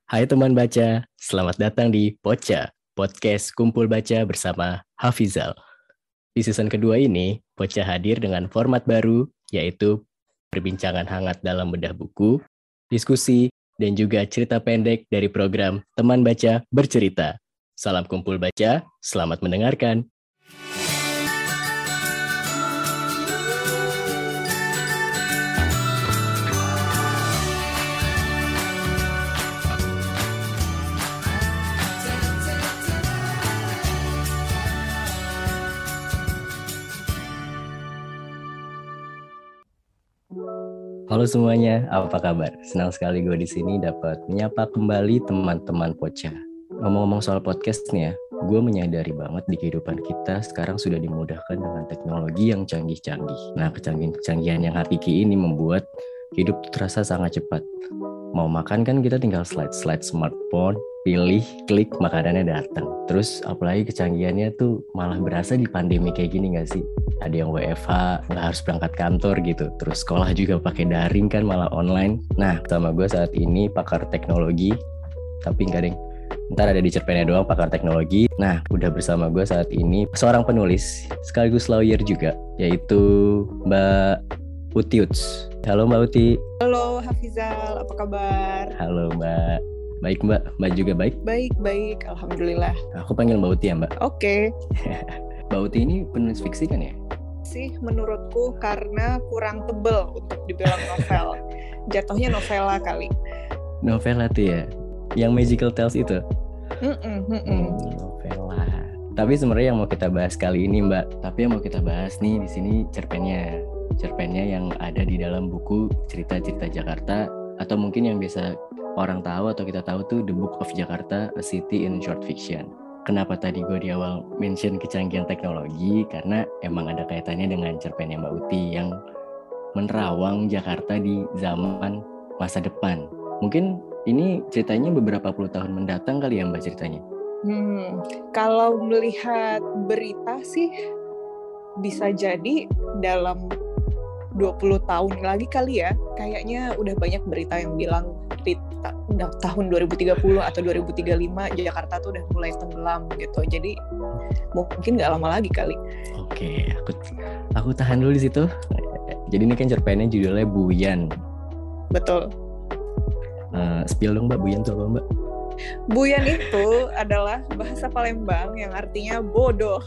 Hai teman baca, selamat datang di Poca, podcast kumpul baca bersama Hafizal. Di season kedua ini, Poca hadir dengan format baru, yaitu perbincangan hangat dalam bedah buku, diskusi, dan juga cerita pendek dari program Teman Baca Bercerita. Salam kumpul baca, selamat mendengarkan. Halo semuanya, apa kabar? Senang sekali gue di sini dapat menyapa kembali teman-teman Poca. Ngomong-ngomong soal podcast nih ya, gue menyadari banget di kehidupan kita sekarang sudah dimudahkan dengan teknologi yang canggih-canggih. Nah, kecanggihan yang hakiki ini membuat hidup terasa sangat cepat. Mau makan kan kita tinggal slide smartphone, pilih, klik, makanannya datang. Terus apalagi kecanggihannya tuh malah berasa di pandemi kayak gini gak sih? Ada yang WFH, nggak harus berangkat kantor gitu. Terus sekolah juga pakai daring kan, malah online. Nah, sama gue saat ini pakar teknologi, tapi enggak deh. Ntar ada di cerpennya doang pakar teknologi. Nah, udah bersama gue saat ini seorang penulis, sekaligus lawyer juga, yaitu Mbak Uti Uts. Halo Mbak Uti. Halo Hafizal, apa kabar? Halo Mbak. Baik Mbak, Mbak juga baik? Baik, Alhamdulillah. Aku panggil Mbak Uti ya Mbak? Oke. Mbak Uti ini penulis fiksi kan ya? Sih menurutku karena kurang tebel untuk dibilang novel. Jatuhnya novela kali. Novela tuh ya? Yang Magical Tales itu? Novela. Tapi sebenarnya yang mau kita bahas kali ini Mbak, tapi yang mau kita bahas nih di sini cerpennya yang ada di dalam buku Cerita-Cerita Jakarta, atau mungkin yang biasa orang tahu atau kita tahu tuh The Book of Jakarta, A City in Short Fiction. Kenapa tadi gue di awal mention kecanggihan teknologi? Karena emang ada kaitannya dengan cerpennya Mbak Uti yang menerawang Jakarta di zaman masa depan. Mungkin ini ceritanya beberapa puluh tahun mendatang kali ya Mbak ceritanya? Kalau melihat berita sih bisa jadi dalam 20 tahun lagi kali ya. Kayaknya udah banyak berita yang bilang di tahun 2030 atau 2035 Jakarta tuh udah mulai tenggelam gitu. Jadi mungkin nggak lama lagi kali. Oke, aku tahan dulu di situ. Jadi ini kan cerpennya judulnya Buyan. Betul. Spill dong Mbak, Buyan tuh apa Mbak? Buyan itu adalah bahasa Palembang yang artinya bodoh.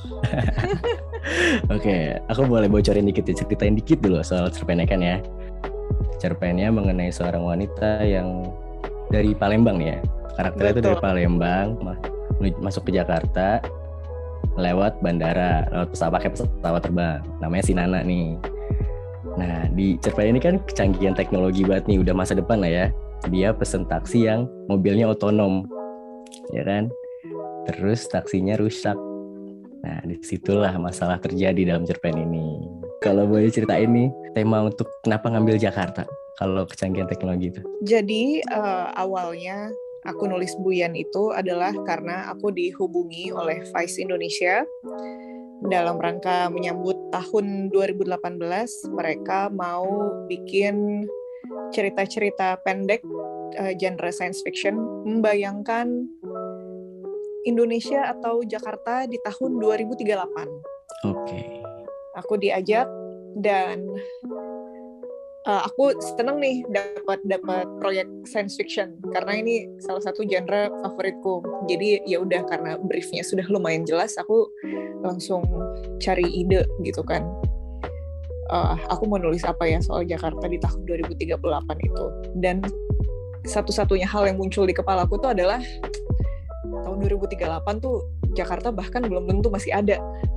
Oke, aku boleh bocorin dikit ya, ceritain dikit dulu soal cerpennya kan ya. Cerpennya mengenai seorang wanita yang dari Palembang nih ya. Karakternya itu dari Palembang, masuk ke Jakarta, lewat bandara, pakai pesawat terbang. Namanya si Nana nih. Nah, di cerpen ini kan kecanggihan teknologi banget nih, udah masa depan lah ya. Dia pesen taksi yang mobilnya otonom, ya kan? Terus taksinya rusak. Nah, disitulah masalah terjadi dalam cerpen ini. Kalau boleh ceritain nih, tema untuk kenapa ngambil Jakarta kalau kecanggihan teknologi itu? Jadi awalnya aku nulis Buyan itu adalah karena aku dihubungi oleh Vice Indonesia dalam rangka menyambut tahun 2018. Mereka mau bikin cerita-cerita pendek genre science fiction membayangkan Indonesia atau Jakarta di tahun 2038. Oke. Aku diajak dan aku seneng nih dapat proyek science fiction karena ini salah satu genre favoritku. Jadi ya udah, karena briefnya sudah lumayan jelas, aku langsung cari ide gitu kan. Aku mau nulis apa ya soal Jakarta di tahun 2038 itu. Dan satu-satunya hal yang muncul di kepalaku tuh adalah tahun 2038 tuh Jakarta bahkan belum tentu masih ada.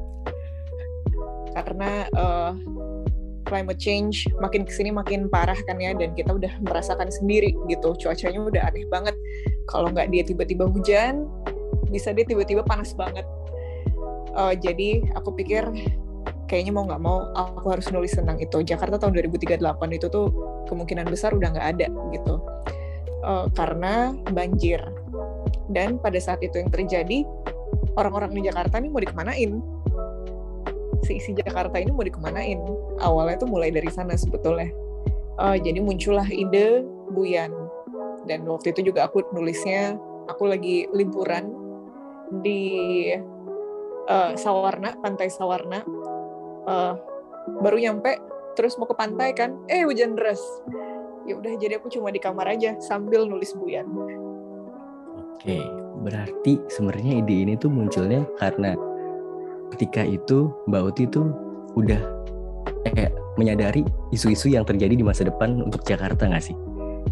Karena climate change makin kesini makin parah kan ya, dan kita udah merasakan sendiri gitu. Cuacanya udah aneh banget. Kalau nggak dia tiba-tiba hujan, bisa dia tiba-tiba panas banget. Jadi aku pikir kayaknya mau nggak mau aku harus nulis tentang itu. Jakarta tahun 2038 itu tuh kemungkinan besar udah nggak ada gitu. Karena banjir. Dan pada saat itu yang terjadi, orang-orang di Jakarta nih mau dikemanain? Si Jakarta ini mau dikemanain? Awalnya tuh mulai dari sana sebetulnya. Jadi muncullah ide Buyan. Dan waktu itu juga aku nulisnya, aku lagi liburan di Sawarna, pantai Sawarna, baru nyampe, terus mau ke pantai kan, hujan deras. Ya udah, jadi aku cuma di kamar aja sambil nulis buyan. Oke, berarti sebenarnya ide ini tuh munculnya karena ketika itu Mbak Uti tuh udah menyadari isu-isu yang terjadi di masa depan untuk Jakarta nggak sih?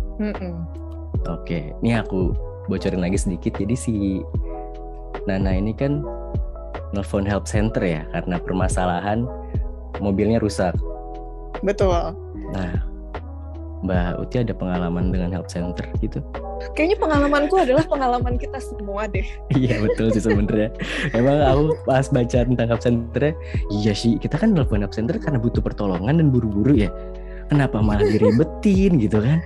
Oke, ini aku bocorin lagi sedikit. Jadi si Nana ini kan nelfon help center ya karena permasalahan mobilnya rusak. Betul. Nah, Mbak Uti ada pengalaman dengan help center gitu? Kayaknya pengalamanku adalah pengalaman kita semua deh. Iya betul sih sebenarnya. Emang aku pas baca tentang help center, iya sih kita kan nelfon help center karena butuh pertolongan dan buru-buru ya. Kenapa malah diribetin gitu kan?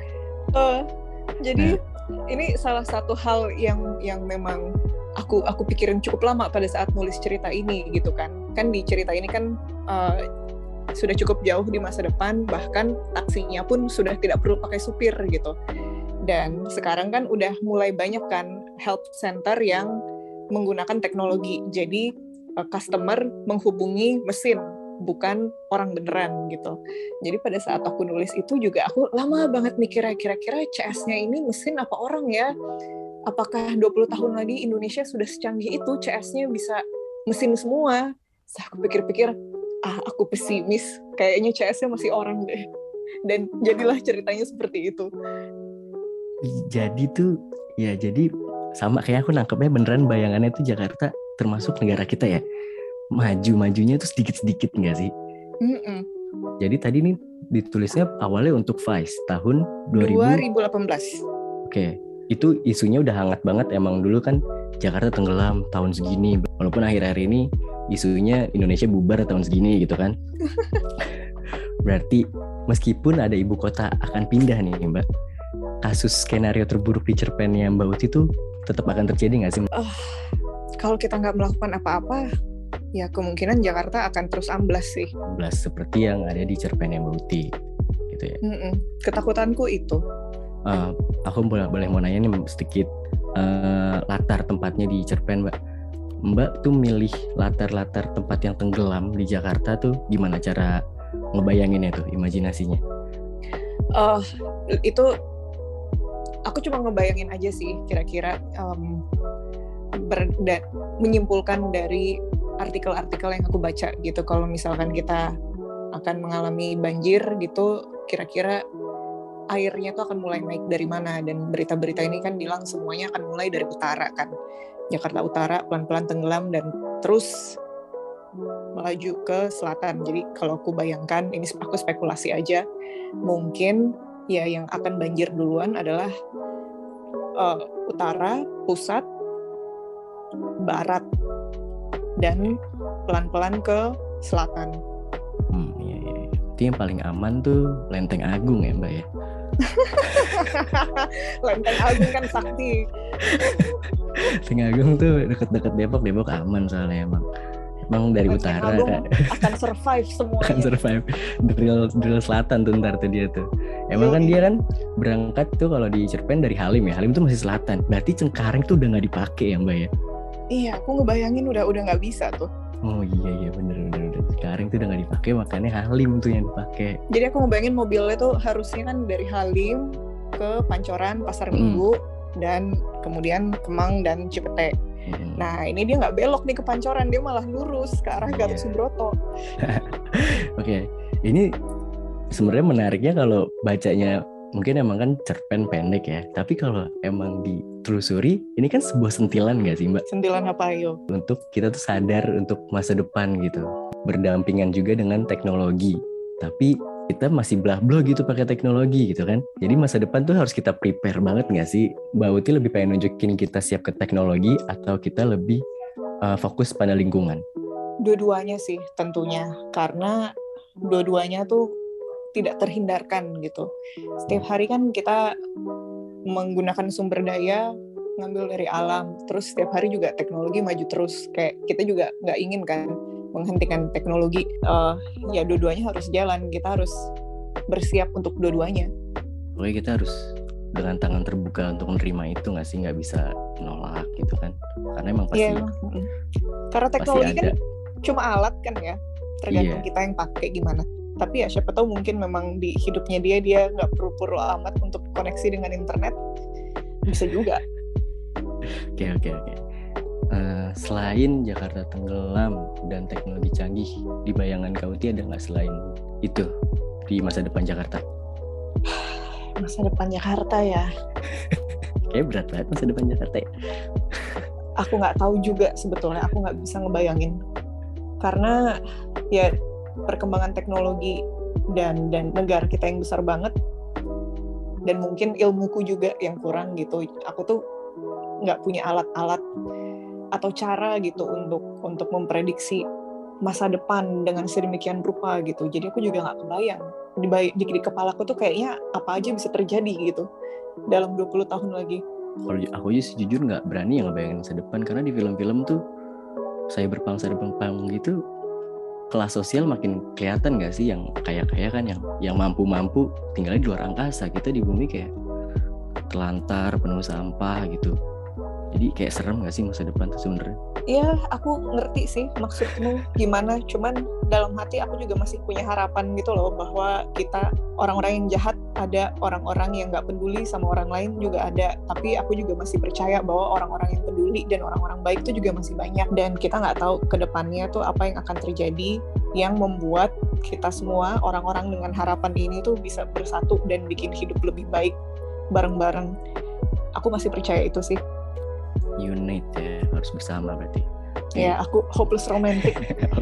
Jadi ini salah satu hal yang memang aku pikirin cukup lama pada saat nulis cerita ini gitu kan. Kan di cerita ini kan sudah cukup jauh di masa depan, bahkan taksinya pun sudah tidak perlu pakai supir gitu. Dan sekarang kan udah mulai banyak kan help center yang menggunakan teknologi. Jadi customer menghubungi mesin, bukan orang beneran gitu. Jadi pada saat aku nulis itu juga aku lama banget mikirnya, kira-kira CS-nya ini mesin apa orang ya? Apakah 20 tahun lagi Indonesia sudah secanggih itu CS-nya bisa mesin semua? Aku pikir-pikir, aku pesimis, kayaknya CS-nya masih orang deh. Dan jadilah ceritanya seperti itu. Jadi tuh, ya jadi sama kayak aku nangkepnya beneran bayangannya tuh Jakarta termasuk negara kita ya. Maju-majunya tuh sedikit-sedikit nggak sih? Jadi tadi nih ditulisnya awalnya untuk Vice tahun 2018. Oke, itu isunya udah hangat banget emang dulu kan Jakarta tenggelam tahun segini. Walaupun akhir-akhir ini isunya Indonesia bubar tahun segini gitu kan. Berarti meskipun ada ibu kota akan pindah nih Mbak, kasus skenario terburuk di cerpennya Mbak Uti tuh tetap akan terjadi nggak sih? Kalau kita nggak melakukan apa-apa, ya kemungkinan Jakarta akan terus amblas sih. Amblas seperti yang ada di cerpennya Mbak Uti, gitu ya. Ketakutanku itu. Aku boleh mau nanya nih sedikit latar tempatnya di cerpen Mbak. Mbak tuh milih latar-latar tempat yang tenggelam di Jakarta tuh gimana cara ngebayanginnya tuh, imajinasinya? Itu aku cuma ngebayangin aja sih kira-kira menyimpulkan dari artikel-artikel yang aku baca gitu. Kalau misalkan kita akan mengalami banjir gitu, kira-kira airnya tuh akan mulai naik dari mana, dan berita-berita ini kan bilang semuanya akan mulai dari utara kan. Jakarta Utara pelan-pelan tenggelam dan terus melaju ke selatan. Jadi kalau aku bayangkan, ini aku spekulasi aja, mungkin ya yang akan banjir duluan adalah utara, pusat, barat, dan pelan-pelan ke selatan. Iya. Itu yang paling aman tuh Lenteng Agung ya Mbak ya? Lenteng Agung kan sakti. Lenteng Agung tuh deket-deket Depok aman soalnya emang dari Lenteng utara Agung akan survive semuanya. Akan survive. Drill selatan tuh ntar tuh dia tuh. Emang kan dia kan berangkat tuh kalau di cerpen dari Halim ya. Halim tuh masih selatan. Berarti Cengkareng tuh udah nggak dipakai ya Mbak ya? Iya, aku ngebayangin udah nggak bisa tuh. Oh iya bener. Cengkareng tuh udah nggak dipakai, makanya Halim tuh yang dipakai. Jadi aku ngebayangin mobilnya tuh harusnya kan dari Halim ke Pancoran, Pasar Minggu, dan kemudian Kemang dan Cipete. Nah ini dia nggak belok nih ke Pancoran, dia malah lurus ke arah Gatot Subroto. Oke. Ini sebenarnya menariknya kalau bacanya mungkin emang kan cerpen pendek ya, tapi kalau emang ditelusuri ini kan sebuah sentilan nggak sih Mbak? Sentilan apa yo? Untuk kita tuh sadar untuk masa depan gitu, berdampingan juga dengan teknologi, tapi kita masih blah-blah gitu pakai teknologi gitu kan. Jadi masa depan tuh harus kita prepare banget nggak sih? Mbak Uti lebih pengen nunjukin kita siap ke teknologi atau kita lebih fokus pada lingkungan? Dua-duanya sih tentunya, karena dua-duanya tuh tidak terhindarkan gitu. Setiap hari kan kita menggunakan sumber daya ngambil dari alam, terus setiap hari juga teknologi maju terus. Kayak kita juga nggak ingin kan menghentikan teknologi. Ya dua-duanya harus jalan. Kita harus bersiap untuk dua-duanya. Oke, kita harus dengan tangan terbuka untuk menerima itu nggak sih, nggak bisa nolak gitu kan, karena emang pasti karena teknologi pasti kan cuma alat kan ya, tergantung Iya. kita yang pakai gimana. Tapi ya siapa tahu mungkin memang di hidupnya dia nggak perlu amat untuk koneksi dengan internet, bisa juga. Oke. Selain Jakarta tenggelam dan teknologi canggih, di bayangan Kak Uti ada nggak selain itu di masa depan Jakarta? Masa depan Jakarta ya, Kayak berat banget masa depan Jakarta ya. aku nggak tahu juga sebetulnya, aku nggak bisa ngebayangin karena ya perkembangan teknologi dan negara kita yang besar banget, dan mungkin ilmuku juga yang kurang gitu. Aku tuh nggak punya alat-alat atau cara gitu untuk memprediksi masa depan dengan sedemikian rupa gitu. Jadi aku juga nggak kebayang di kepalaku tuh kayaknya apa aja bisa terjadi gitu dalam 20 tahun lagi. Kalau aku aja jujur nggak berani yang ngebayangin masa depan, karena di film-film tuh cyberpunk gitu, kelas sosial makin kelihatan nggak sih, yang kaya-kaya kan, yang mampu tinggalnya di luar angkasa, kita di bumi kayak telantar penuh sampah gitu. Jadi kayak serem nggak sih masa depan tuh sebenarnya? Ya, aku ngerti sih maksudmu gimana, cuman dalam hati aku juga masih punya harapan gitu loh, bahwa kita orang-orang yang jahat ada, orang-orang yang nggak peduli sama orang lain juga ada, tapi aku juga masih percaya bahwa orang-orang yang peduli dan orang-orang baik itu juga masih banyak, dan kita nggak tahu ke depannya tuh apa yang akan terjadi yang membuat kita semua orang-orang dengan harapan ini tuh bisa bersatu dan bikin hidup lebih baik bareng-bareng. Aku masih percaya itu sih. Unite ya, harus bersama berarti. Ya, aku hopeless romantic.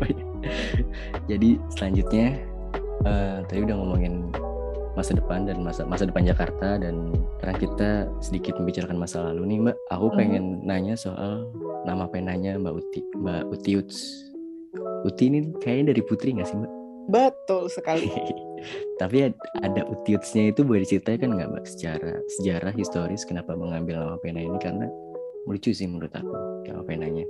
Jadi selanjutnya tadi udah ngomongin masa depan dan masa depan Jakarta, dan karena kita sedikit membicarakan masa lalu nih Mbak, aku pengen nanya soal nama penanya Mbak Uti Uts. Uti ini kayaknya dari Putri nggak sih Mbak? Betul sekali. Tapi ada Uti Utsnya itu boleh diceritakan nggak Mbak secara sejarah historis kenapa mengambil nama pena ini, karena lucu sih menurut aku nama penanya.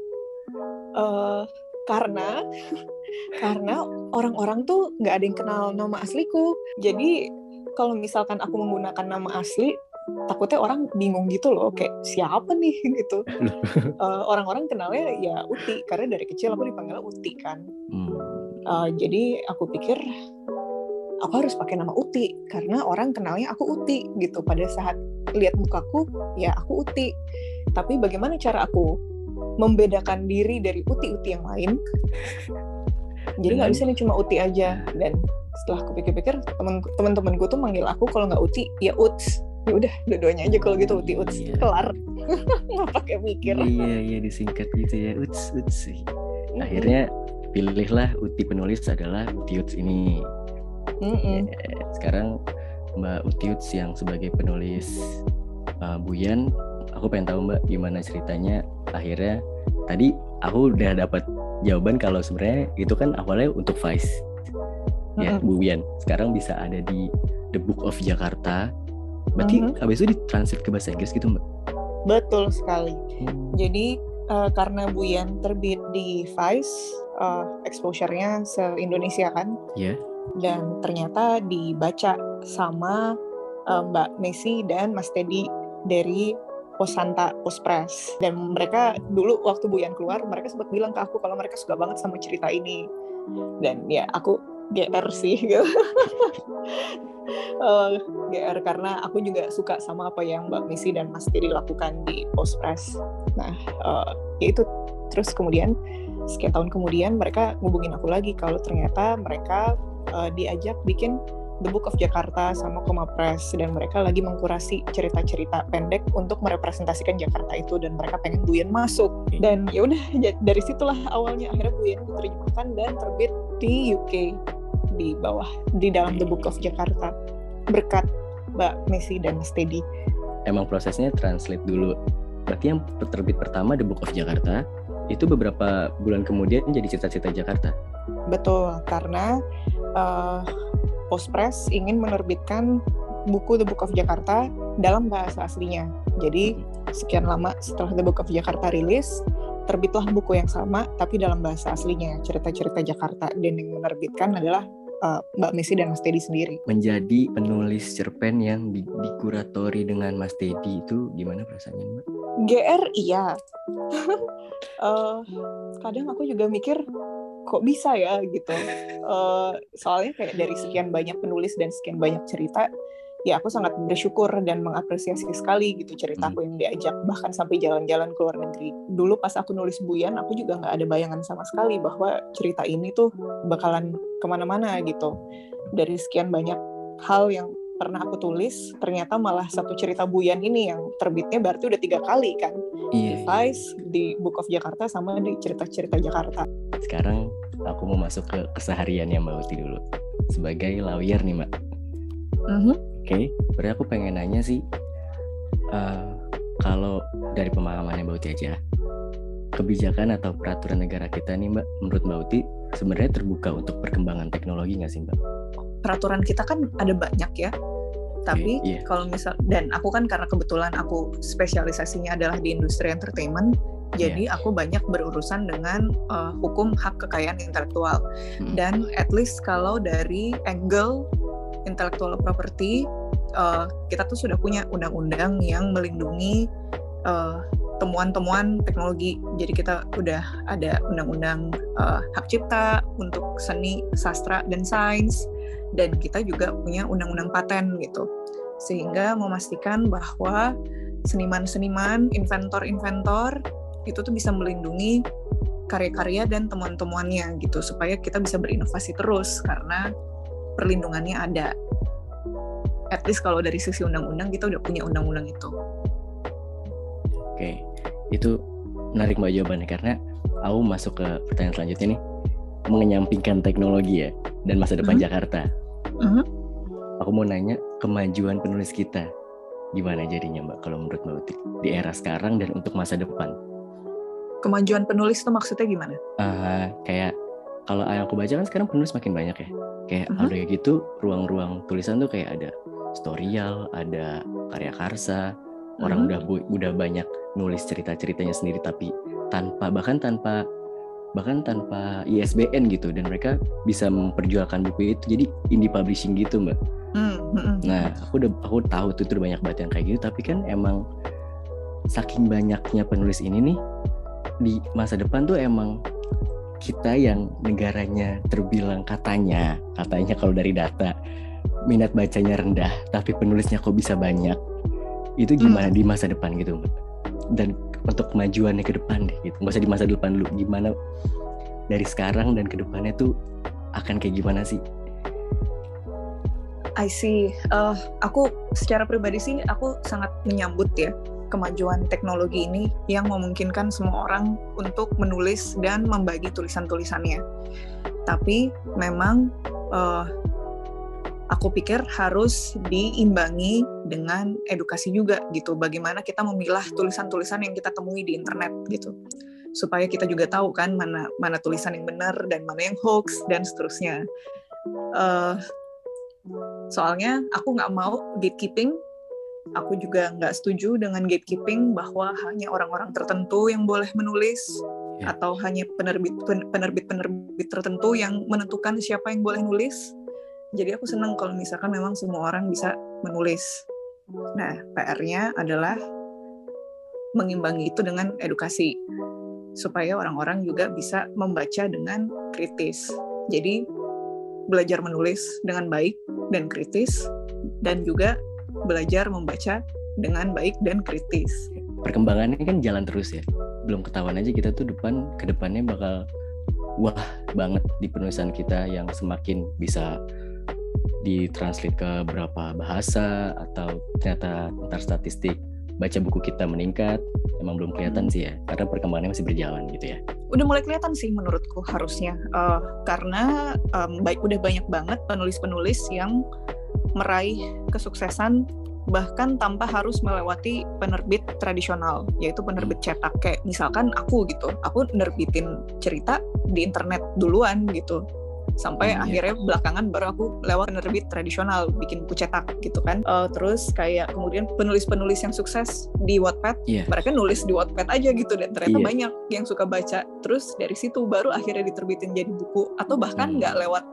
Karena orang-orang tuh nggak ada yang kenal nama asliku. Jadi kalau misalkan aku menggunakan nama asli, takutnya orang bingung gitu loh, kayak siapa nih gitu. Orang-orang kenalnya ya Uti, karena dari kecil aku dipanggil Uti kan. Jadi aku pikir aku harus pakai nama Uti karena orang kenalnya aku Uti gitu. Pada saat lihat mukaku, ya aku Uti. Tapi bagaimana cara aku membedakan diri dari Uti-Uti yang lain? Jadi nggak bisa nih cuma Uti aja. Dan setelah aku pikir-pikir, teman-temanku tuh manggil aku kalau nggak Uti ya Uts. Ya udah, dua-duanya aja kalau gitu, Uti Uts. Kelar. Nggak pakai mikir. Iya disingkat gitu ya, Uts. Akhirnya pilihlah Uti penulis adalah Uti Uts ini. Sekarang Mbak Uti Uts yang sebagai penulis Buyan, aku pengen tahu Mbak gimana ceritanya akhirnya. Tadi aku udah dapat jawaban kalau sebenarnya itu kan awalnya untuk Vice ya, Buyan. Sekarang bisa ada di The Book of Jakarta. Berarti abis itu ditranslate ke bahasa Inggris gitu Mbak? Betul sekali. Jadi karena Buyan terbit di Vice, exposure-nya se-Indonesia kan. Iya. Dan ternyata dibaca sama Mbak Messi dan Mas Teddy dari Posanta Postpress. Dan mereka dulu waktu Buyan keluar, mereka sempat bilang ke aku kalau mereka suka banget sama cerita ini. Dan ya aku GR sih gitu. GR karena aku juga suka sama apa yang Mbak Messi dan Mas Teddy lakukan di Postpress. Nah, ya itu. Terus kemudian sekian tahun kemudian mereka ngubungin aku lagi kalau ternyata mereka diajak bikin The Book of Jakarta sama Koma Press, dan mereka lagi mengkurasi cerita-cerita pendek untuk merepresentasikan Jakarta itu, dan mereka pengen Buyan masuk. Dan ya udah, dari situlah awalnya akhirnya Buyan diterjemahkan dan terbit di UK di bawah di dalam The Book of Jakarta berkat Mbak Messi dan Mas Teddy. Emang prosesnya translate dulu. Berarti yang terbit pertama The Book of Jakarta itu beberapa bulan kemudian jadi cerita-cerita Jakarta. Betul, karena Postpress ingin menerbitkan buku The Book of Jakarta dalam bahasa aslinya. Jadi sekian lama setelah The Book of Jakarta rilis, terbitlah buku yang sama tapi dalam bahasa aslinya, cerita-cerita Jakarta. Dan yang menerbitkan adalah Mbak Messi dan Mas Teddy sendiri. Menjadi penulis cerpen yang dikuratori dengan Mas Teddy itu gimana perasaannya, Mbak? GR iya. Kadang aku juga mikir kok bisa ya gitu. Soalnya kayak dari sekian banyak penulis dan sekian banyak cerita, ya aku sangat bersyukur dan mengapresiasi sekali gitu ceritaku yang diajak bahkan sampai jalan-jalan ke luar negeri. Dulu pas aku nulis Buyan, aku juga nggak ada bayangan sama sekali bahwa cerita ini tuh bakalan kemana-mana gitu. Dari sekian banyak hal yang pernah aku tulis, ternyata malah satu cerita Buyan ini yang terbitnya berarti udah 3 kali kan. Di Vice, di Book of Jakarta, sama di cerita-cerita Jakarta. Sekarang aku mau masuk ke kesehariannya Mbak Uti dulu. Sebagai lawyer nih Mbak. Oke, berarti aku pengen nanya sih, kalau dari pemahamannya Mbak Uti aja, kebijakan atau peraturan negara kita nih Mbak, menurut Mbak Uti sebenarnya terbuka untuk perkembangan teknologi nggak sih Mbak? Peraturan kita kan ada banyak ya, tapi kalau misal, dan aku kan karena kebetulan aku spesialisasinya adalah di industri entertainment, jadi aku banyak berurusan dengan hukum hak kekayaan intelektual. Dan at least kalau dari angle intellectual property, kita tuh sudah punya undang-undang yang melindungi temuan-temuan teknologi. Jadi kita udah ada undang-undang hak cipta untuk seni, sastra, dan sains, dan kita juga punya undang-undang paten gitu. Sehingga memastikan bahwa seniman-seniman, inventor-inventor itu tuh bisa melindungi karya-karya dan temuan-temuannya gitu, supaya kita bisa berinovasi terus karena perlindungannya ada. At least kalau dari sisi undang-undang kita udah punya undang-undang itu. Oke, itu menarik Mbak jawabannya, karena aku masuk ke pertanyaan selanjutnya nih, mengenyampingkan teknologi ya dan masa depan Jakarta. Aku mau nanya kemajuan penulis kita gimana jadinya Mbak kalau menurut Mbak Uti di era sekarang dan untuk masa depan? Kemajuan penulis itu maksudnya gimana? Kayak kalau yang aku baca kan sekarang penulis makin banyak ya. Kayak ada gitu ruang-ruang tulisan tuh kayak ada storyal, ada karya karsa. Orang udah banyak nulis cerita-ceritanya sendiri tapi bahkan tanpa ISBN gitu, dan mereka bisa memperjualkan buku itu jadi indie publishing gitu Mbak. Nah aku tahu tuh banyak banget yang kayak gitu, tapi kan emang saking banyaknya penulis ini nih, di masa depan tuh emang kita yang negaranya terbilang katanya kalau dari data minat bacanya rendah tapi penulisnya kok bisa banyak, itu gimana di masa depan gitu Mbak? Dan untuk kemajuannya ke depan deh gitu, nggak usah di masa depan dulu, gimana dari sekarang dan ke depannya tuh akan kayak gimana sih? I see. Aku secara pribadi sih aku sangat menyambut ya kemajuan teknologi ini yang memungkinkan semua orang untuk menulis dan membagi tulisan-tulisannya. Tapi memang aku pikir harus diimbangi dengan edukasi juga gitu. Bagaimana kita memilah tulisan-tulisan yang kita temui di internet gitu. Supaya kita juga tahu kan mana tulisan yang benar dan mana yang hoax dan seterusnya. Soalnya aku nggak mau gatekeeping. Aku juga nggak setuju dengan gatekeeping bahwa hanya orang-orang tertentu yang boleh menulis atau hanya penerbit tertentu yang menentukan siapa yang boleh nulis. Jadi aku senang kalau misalkan memang semua orang bisa menulis. Nah, PR-nya adalah mengimbangi itu dengan edukasi supaya orang-orang juga bisa membaca dengan kritis. Jadi belajar menulis dengan baik dan kritis, dan juga belajar membaca dengan baik dan kritis. Perkembangannya kan jalan terus ya. Belum ketahuan aja kita tuh ke depannya bakal wah banget di penulisan kita yang semakin bisa ditranslate ke berapa bahasa, atau ternyata ntar statistik baca buku kita meningkat. Emang belum kelihatan sih ya, karena perkembangannya masih berjalan gitu ya. Udah mulai kelihatan sih menurutku harusnya, karena udah banyak banget penulis-penulis yang meraih kesuksesan bahkan tanpa harus melewati penerbit tradisional, yaitu penerbit cetak. Kayak misalkan aku gitu, aku nerbitin cerita di internet duluan gitu, sampai akhirnya belakangan baru aku lewat penerbit tradisional bikin buku cetak gitu kan. Terus kayak kemudian penulis-penulis yang sukses di Wattpad, mereka nulis di Wattpad aja gitu, dan ternyata banyak yang suka baca. Terus dari situ baru akhirnya diterbitin jadi buku, atau bahkan nggak lewat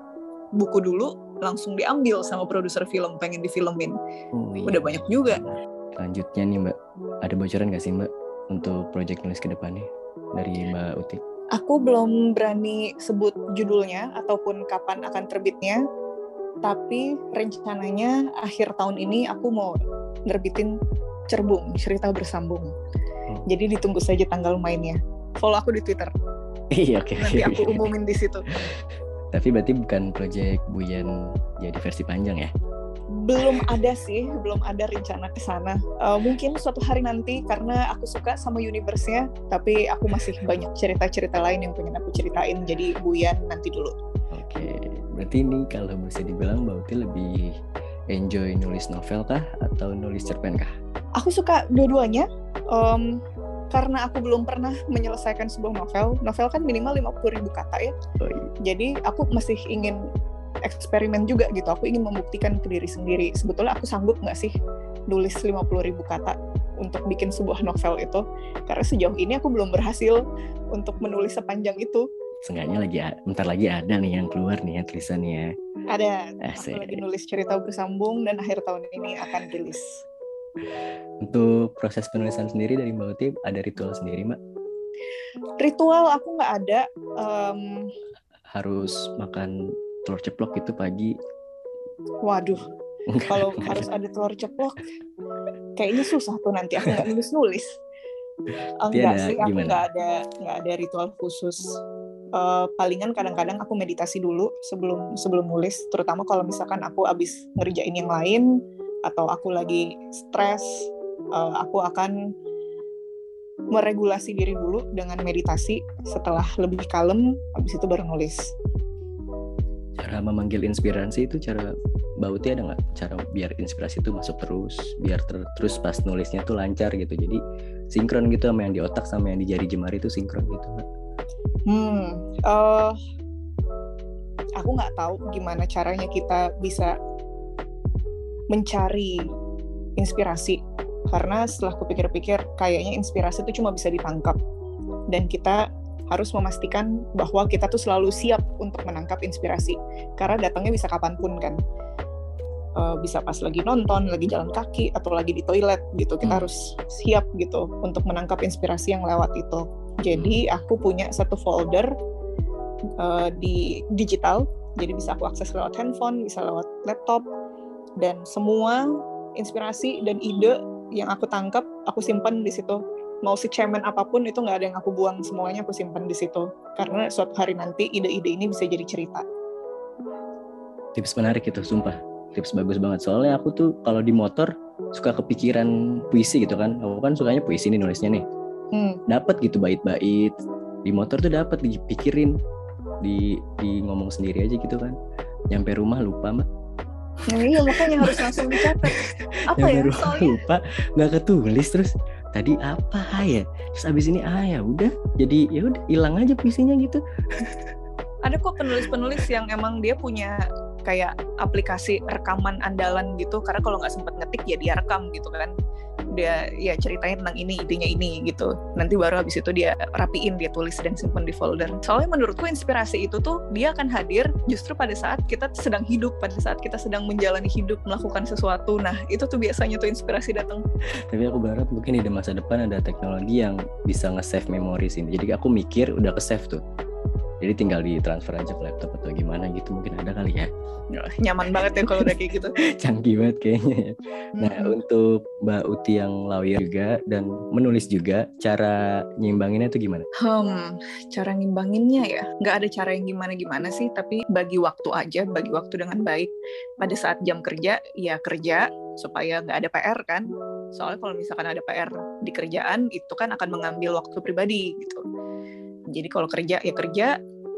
buku dulu langsung diambil sama produser film, pengen difilmin. Iya. Udah banyak juga. Selanjutnya nih Mbak, ada bocoran gak sih Mbak untuk proyek nulis ke depannya dari Mbak Uti? Aku belum berani sebut judulnya ataupun kapan akan terbitnya, tapi rencananya akhir tahun ini aku mau nerbitin Cerbung, cerita bersambung. Jadi ditunggu saja tanggal mainnya. Follow aku di Twitter. Iya, oke. Nanti aku umumin di situ. Tapi berarti bukan proyek Buyan jadi versi panjang ya? Belum ada sih, belum ada rencana ke sana. Mungkin suatu hari nanti karena aku suka sama universe-nya, tapi aku masih banyak cerita-cerita lain yang pengen aku ceritain, jadi Buyan nanti dulu. Oke, berarti ini kalau bisa dibilang Mbak Uti lebih enjoy nulis novel kah atau nulis cerpen kah? Aku suka dua-duanya, karena aku belum pernah menyelesaikan sebuah novel. Novel kan minimal 50.000 kata ya. Oh, iya. Jadi aku masih ingin eksperimen juga gitu. Aku ingin membuktikan ke diri sendiri. Sebetulnya aku sanggup nggak sih nulis 50.000 kata untuk bikin sebuah novel itu. Karena sejauh ini aku belum berhasil untuk menulis sepanjang itu. Seenggaknya bentar lagi ada nih yang keluar nih ya tulisannya. Ada. Aku lagi nulis cerita bersambung dan akhir tahun ini akan rilis. Untuk proses penulisan sendiri dari Mbak Uti ada ritual sendiri Mbak? Ritual aku nggak ada. Harus makan telur ceplok itu pagi? Waduh, kalau harus ada telur ceplok kayaknya susah tuh nanti aku nggak nulis. Enggak sih, aku nggak ada ritual khusus. Palingan kadang-kadang aku meditasi dulu sebelum nulis, terutama kalau misalkan aku abis ngerjain yang lain atau aku lagi stres, aku akan meregulasi diri dulu dengan meditasi. Setelah lebih kalem, abis itu baru nulis. Cara memanggil inspirasi itu, cara Mbak Uti ada nggak cara biar inspirasi itu masuk terus, biar terus pas nulisnya tuh lancar gitu, jadi sinkron gitu sama yang di otak sama yang di jari jemari itu sinkron gitu Mbak? Aku nggak tahu gimana caranya kita bisa mencari inspirasi, karena setelah aku pikir-pikir kayaknya inspirasi itu cuma bisa ditangkap, dan kita harus memastikan bahwa kita tuh selalu siap untuk menangkap inspirasi, karena datangnya bisa kapanpun kan. Bisa pas lagi nonton, lagi jalan kaki, atau lagi di toilet gitu. Kita harus siap gitu untuk menangkap inspirasi yang lewat itu. Jadi aku punya satu folder di digital, jadi bisa aku akses lewat handphone, bisa lewat laptop, dan semua inspirasi dan ide yang aku tangkap aku simpan di situ. Mau secemen apapun itu nggak ada yang aku buang, semuanya aku simpan di situ, karena suatu hari nanti ide-ide ini bisa jadi cerita. Tips menarik itu, sumpah tips bagus banget. Soalnya aku tuh kalau di motor suka kepikiran puisi gitu kan, aku kan sukanya puisi nih nulisnya nih. Dapat gitu bait-bait di motor tuh, dapat dipikirin, di ngomong sendiri aja gitu kan. Nyampe rumah lupa Mbak. Iya, makanya harus langsung dicatat. Apa ya? Soalnya lupa, nggak ketulis, terus tadi apa ya? Terus abis ini ya udah, jadi ya udah hilang aja puisinya gitu. Ada kok penulis-penulis yang emang dia punya kayak aplikasi rekaman andalan gitu, karena kalau nggak sempat ngetik ya dia rekam gitu kan. Dia ya ceritanya tentang ini, idenya ini gitu. Nanti baru habis itu dia rapiin, dia tulis dan simpan di folder. Soalnya menurutku inspirasi itu tuh dia akan hadir justru pada saat kita sedang hidup, pada saat kita sedang menjalani hidup, melakukan sesuatu. Nah, itu tuh biasanya tuh inspirasi datang. Tapi aku berharap mungkin di masa depan ada teknologi yang bisa nge-save memori sini. Jadi aku mikir udah ke-save tuh. Jadi tinggal ditransfer aja ke laptop atau gimana gitu, mungkin ada kali ya. Nyaman banget ya kalau udah kayak gitu. Canggih banget kayaknya. Nah, untuk Mbak Uti yang lawyer juga dan menulis juga, cara nyimbanginnya itu gimana? Cara ngimbanginnya ya, nggak ada cara yang gimana-gimana sih, tapi bagi waktu aja, bagi waktu dengan baik. Pada saat jam kerja, ya kerja supaya nggak ada PR kan. Soalnya kalau misalkan ada PR di kerjaan, itu kan akan mengambil waktu pribadi gitu. Jadi kalau kerja ya kerja,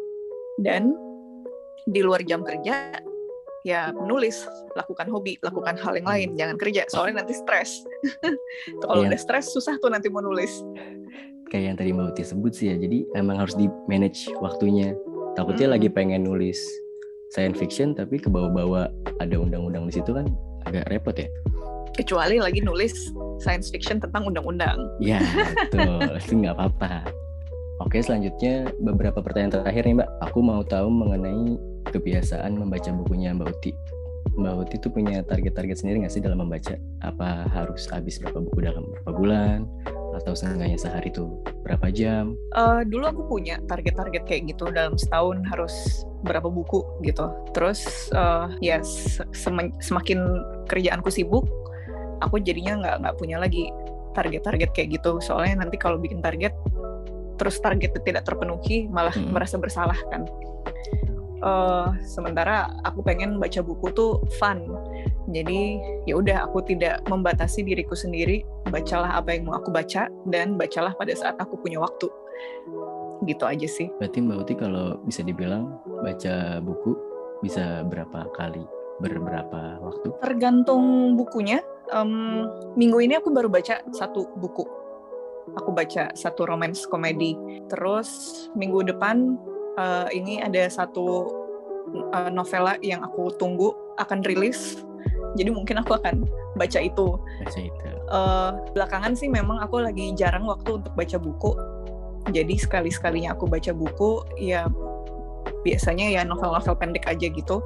dan di luar jam kerja ya menulis, lakukan hobi, lakukan hal yang lain, jangan kerja, soalnya nanti stres. Kalau udah stres susah tuh nanti mau nulis. Kayak yang tadi Mbak Uti sebut sih ya, jadi emang harus di manage waktunya. Takutnya lagi pengen nulis science fiction tapi kebawa-bawa ada undang-undang di situ kan agak repot ya. Kecuali lagi nulis science fiction tentang undang-undang. Ya betul, itu nggak apa-apa. Oke, selanjutnya beberapa pertanyaan terakhir nih Mbak. Aku mau tahu mengenai kebiasaan membaca bukunya Mbak Uti. Mbak Uti tuh punya target-target sendiri nggak sih dalam membaca? Apa harus habis berapa buku dalam berapa bulan? Atau seenggaknya sehari tuh berapa jam? Dulu aku punya target-target kayak gitu, dalam setahun harus berapa buku gitu. Terus ya semakin kerjaanku sibuk, aku jadinya nggak punya lagi target-target kayak gitu. Soalnya nanti kalau bikin target, terus targetnya tidak terpenuhi, malah merasa bersalah kan. Sementara aku pengen baca buku tuh fun, jadi ya udah aku tidak membatasi diriku sendiri, bacalah apa yang mau aku baca dan bacalah pada saat aku punya waktu, gitu aja sih. Berarti Mbak Uti kalau bisa dibilang baca buku bisa berapa kali, berberapa waktu? Tergantung bukunya. Minggu ini aku baru baca 1 buku, aku baca 1 romance komedi. Terus minggu depan ini ada 1 novela yang aku tunggu akan rilis, jadi mungkin aku akan baca itu. Belakangan sih memang aku lagi jarang waktu untuk baca buku, jadi sekali-sekalinya aku baca buku ya biasanya ya novel-novel pendek aja gitu,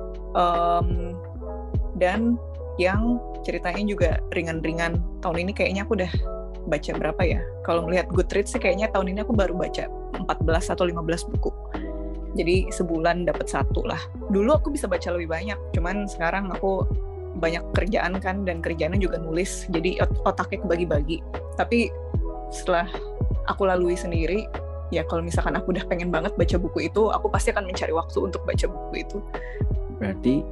dan yang ceritanya juga ringan-ringan. Tahun ini kayaknya aku udah baca berapa ya, kalau melihat Goodreads sih kayaknya tahun ini aku baru baca 14 atau 15 buku. Jadi sebulan dapat 1 lah. Dulu aku bisa baca lebih banyak, cuman sekarang aku banyak kerjaan kan, dan kerjaannya juga nulis, jadi otaknya kebagi-bagi. Tapi setelah aku lalui sendiri, ya kalau misalkan aku udah pengen banget baca buku itu, aku pasti akan mencari waktu untuk baca buku itu. Berarti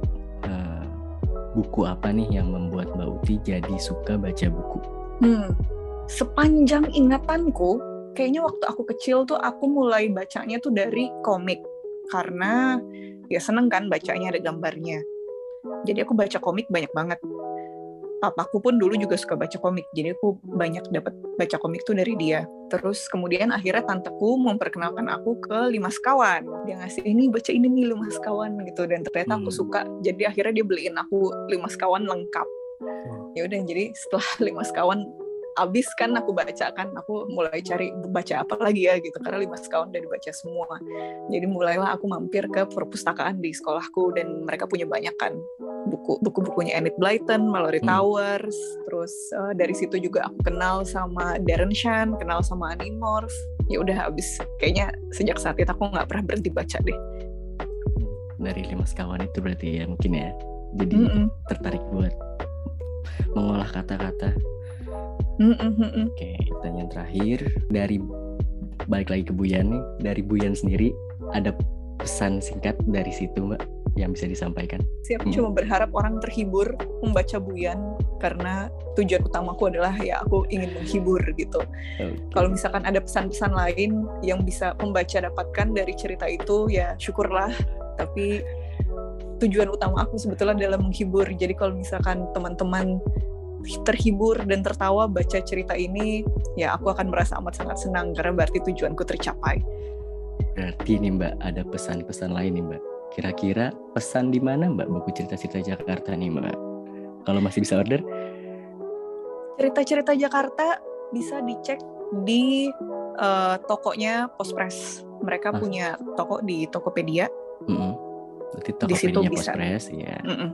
buku apa nih yang membuat Mbak Uti jadi suka baca buku? Sepanjang ingatanku, kayaknya waktu aku kecil tuh aku mulai bacanya tuh dari komik, karena ya seneng kan bacanya, ada gambarnya. Jadi aku baca komik banyak banget. Papaku pun dulu juga suka baca komik, jadi aku banyak dapat baca komik tuh dari dia. Terus kemudian akhirnya tanteku memperkenalkan aku ke Lima Sekawan. Dia ngasih, ini baca ini nih Lima Sekawan gitu, dan ternyata aku suka. Jadi akhirnya dia beliin aku Lima Sekawan lengkap. Ya udah, jadi setelah Lima Sekawan abis kan aku baca kan, aku mulai cari baca apa lagi ya gitu, karena Lima Sekawan udah dibaca semua. Jadi mulailah aku mampir ke perpustakaan di sekolahku, dan mereka punya banyak kan buku-bukunya Enid Blyton, Mallory Towers. Terus dari situ juga aku kenal sama Darren Shan, kenal sama Annie Morse. Ya udah, abis kayaknya sejak saat itu aku nggak pernah berhenti baca deh. Dari Lima Sekawan itu berarti ya mungkin ya, jadi tertarik buat mengolah kata-kata. Oke, pertanyaan terakhir dari balik lagi ke Buyan nih, dari Buyan sendiri ada pesan singkat dari situ Mbak yang bisa disampaikan? Aku cuma berharap orang terhibur membaca Buyan, karena tujuan utamaku adalah ya aku ingin menghibur gitu. Kalau misalkan ada pesan-pesan lain yang bisa pembaca dapatkan dari cerita itu, ya syukurlah. Tapi tujuan utama aku sebetulnya adalah menghibur. Jadi kalau misalkan teman-teman terhibur dan tertawa baca cerita ini, ya aku akan merasa amat sangat senang, karena berarti tujuanku tercapai. Berarti nih Mbak, ada pesan-pesan lain nih Mbak. Kira-kira pesan di mana Mbak buku cerita-cerita Jakarta nih Mbak? Kalau masih bisa order? Cerita-cerita Jakarta bisa dicek di tokonya Postpress. Mereka punya toko di Tokopedia. Berarti Tokopedia Postpress ya.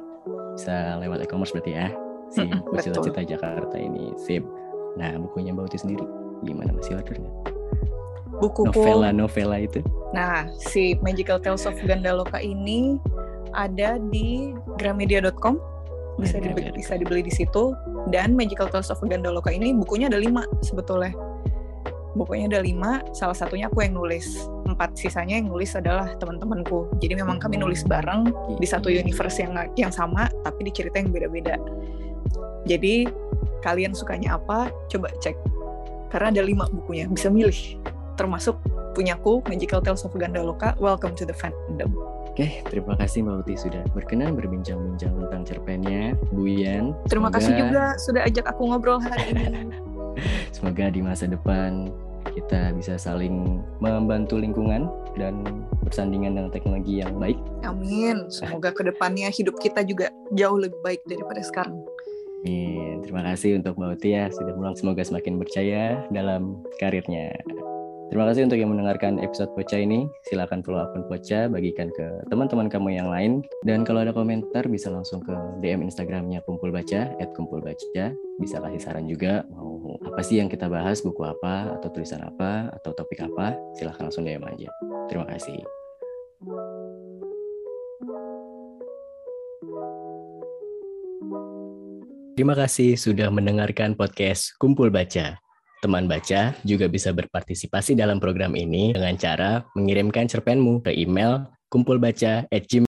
Bisa lewat e-commerce berarti ya. Sip, cerita Jakarta ini sip. Nah, bukunya Mbak Uti sendiri gimana, masih order nggak? Buku-buku novela itu? Nah, si Magical Tales of Gandaloka ini ada di gramedia.com, bisa dibeli di situ. Dan Magical Tales of Gandaloka ini bukunya ada 5 sebetulnya. Bukunya ada 5, salah satunya aku yang nulis. 4 sisanya yang nulis adalah teman-temanku. Jadi memang kami nulis bareng di satu universe yang sama, tapi di cerita yang beda-beda. Jadi kalian sukanya apa, coba cek. Karena ada 5 bukunya, bisa milih. Termasuk punyaku, Magical Tales of Gandaloka, Welcome to the Fandom. Oke, terima kasih Mbak Uti sudah berkenan berbincang-bincang tentang cerpennya Buyan. Terima kasih juga sudah ajak aku ngobrol hari ini. Semoga di masa depan kita bisa saling membantu lingkungan dan bersandingan dengan teknologi yang baik. Amin. Semoga kedepannya hidup kita juga jauh lebih baik daripada sekarang. Amin. Terima kasih untuk Mbak Uti ya sudah pulang. Semoga semakin berjaya dalam karirnya. Terima kasih untuk yang mendengarkan episode Poca ini. Silakan follow akun Poca, bagikan ke teman-teman kamu yang lain. Dan kalau ada komentar bisa langsung ke DM Instagramnya Kumpul Baca @kumpulbaca. Bisa kasih saran juga, mau apa sih yang kita bahas, buku apa, atau tulisan apa, atau topik apa. Silakan langsung DM aja. Terima kasih. Terima kasih sudah mendengarkan podcast Kumpul Baca. Teman baca juga bisa berpartisipasi dalam program ini dengan cara mengirimkan cerpenmu ke email kumpulbaca@gmail.com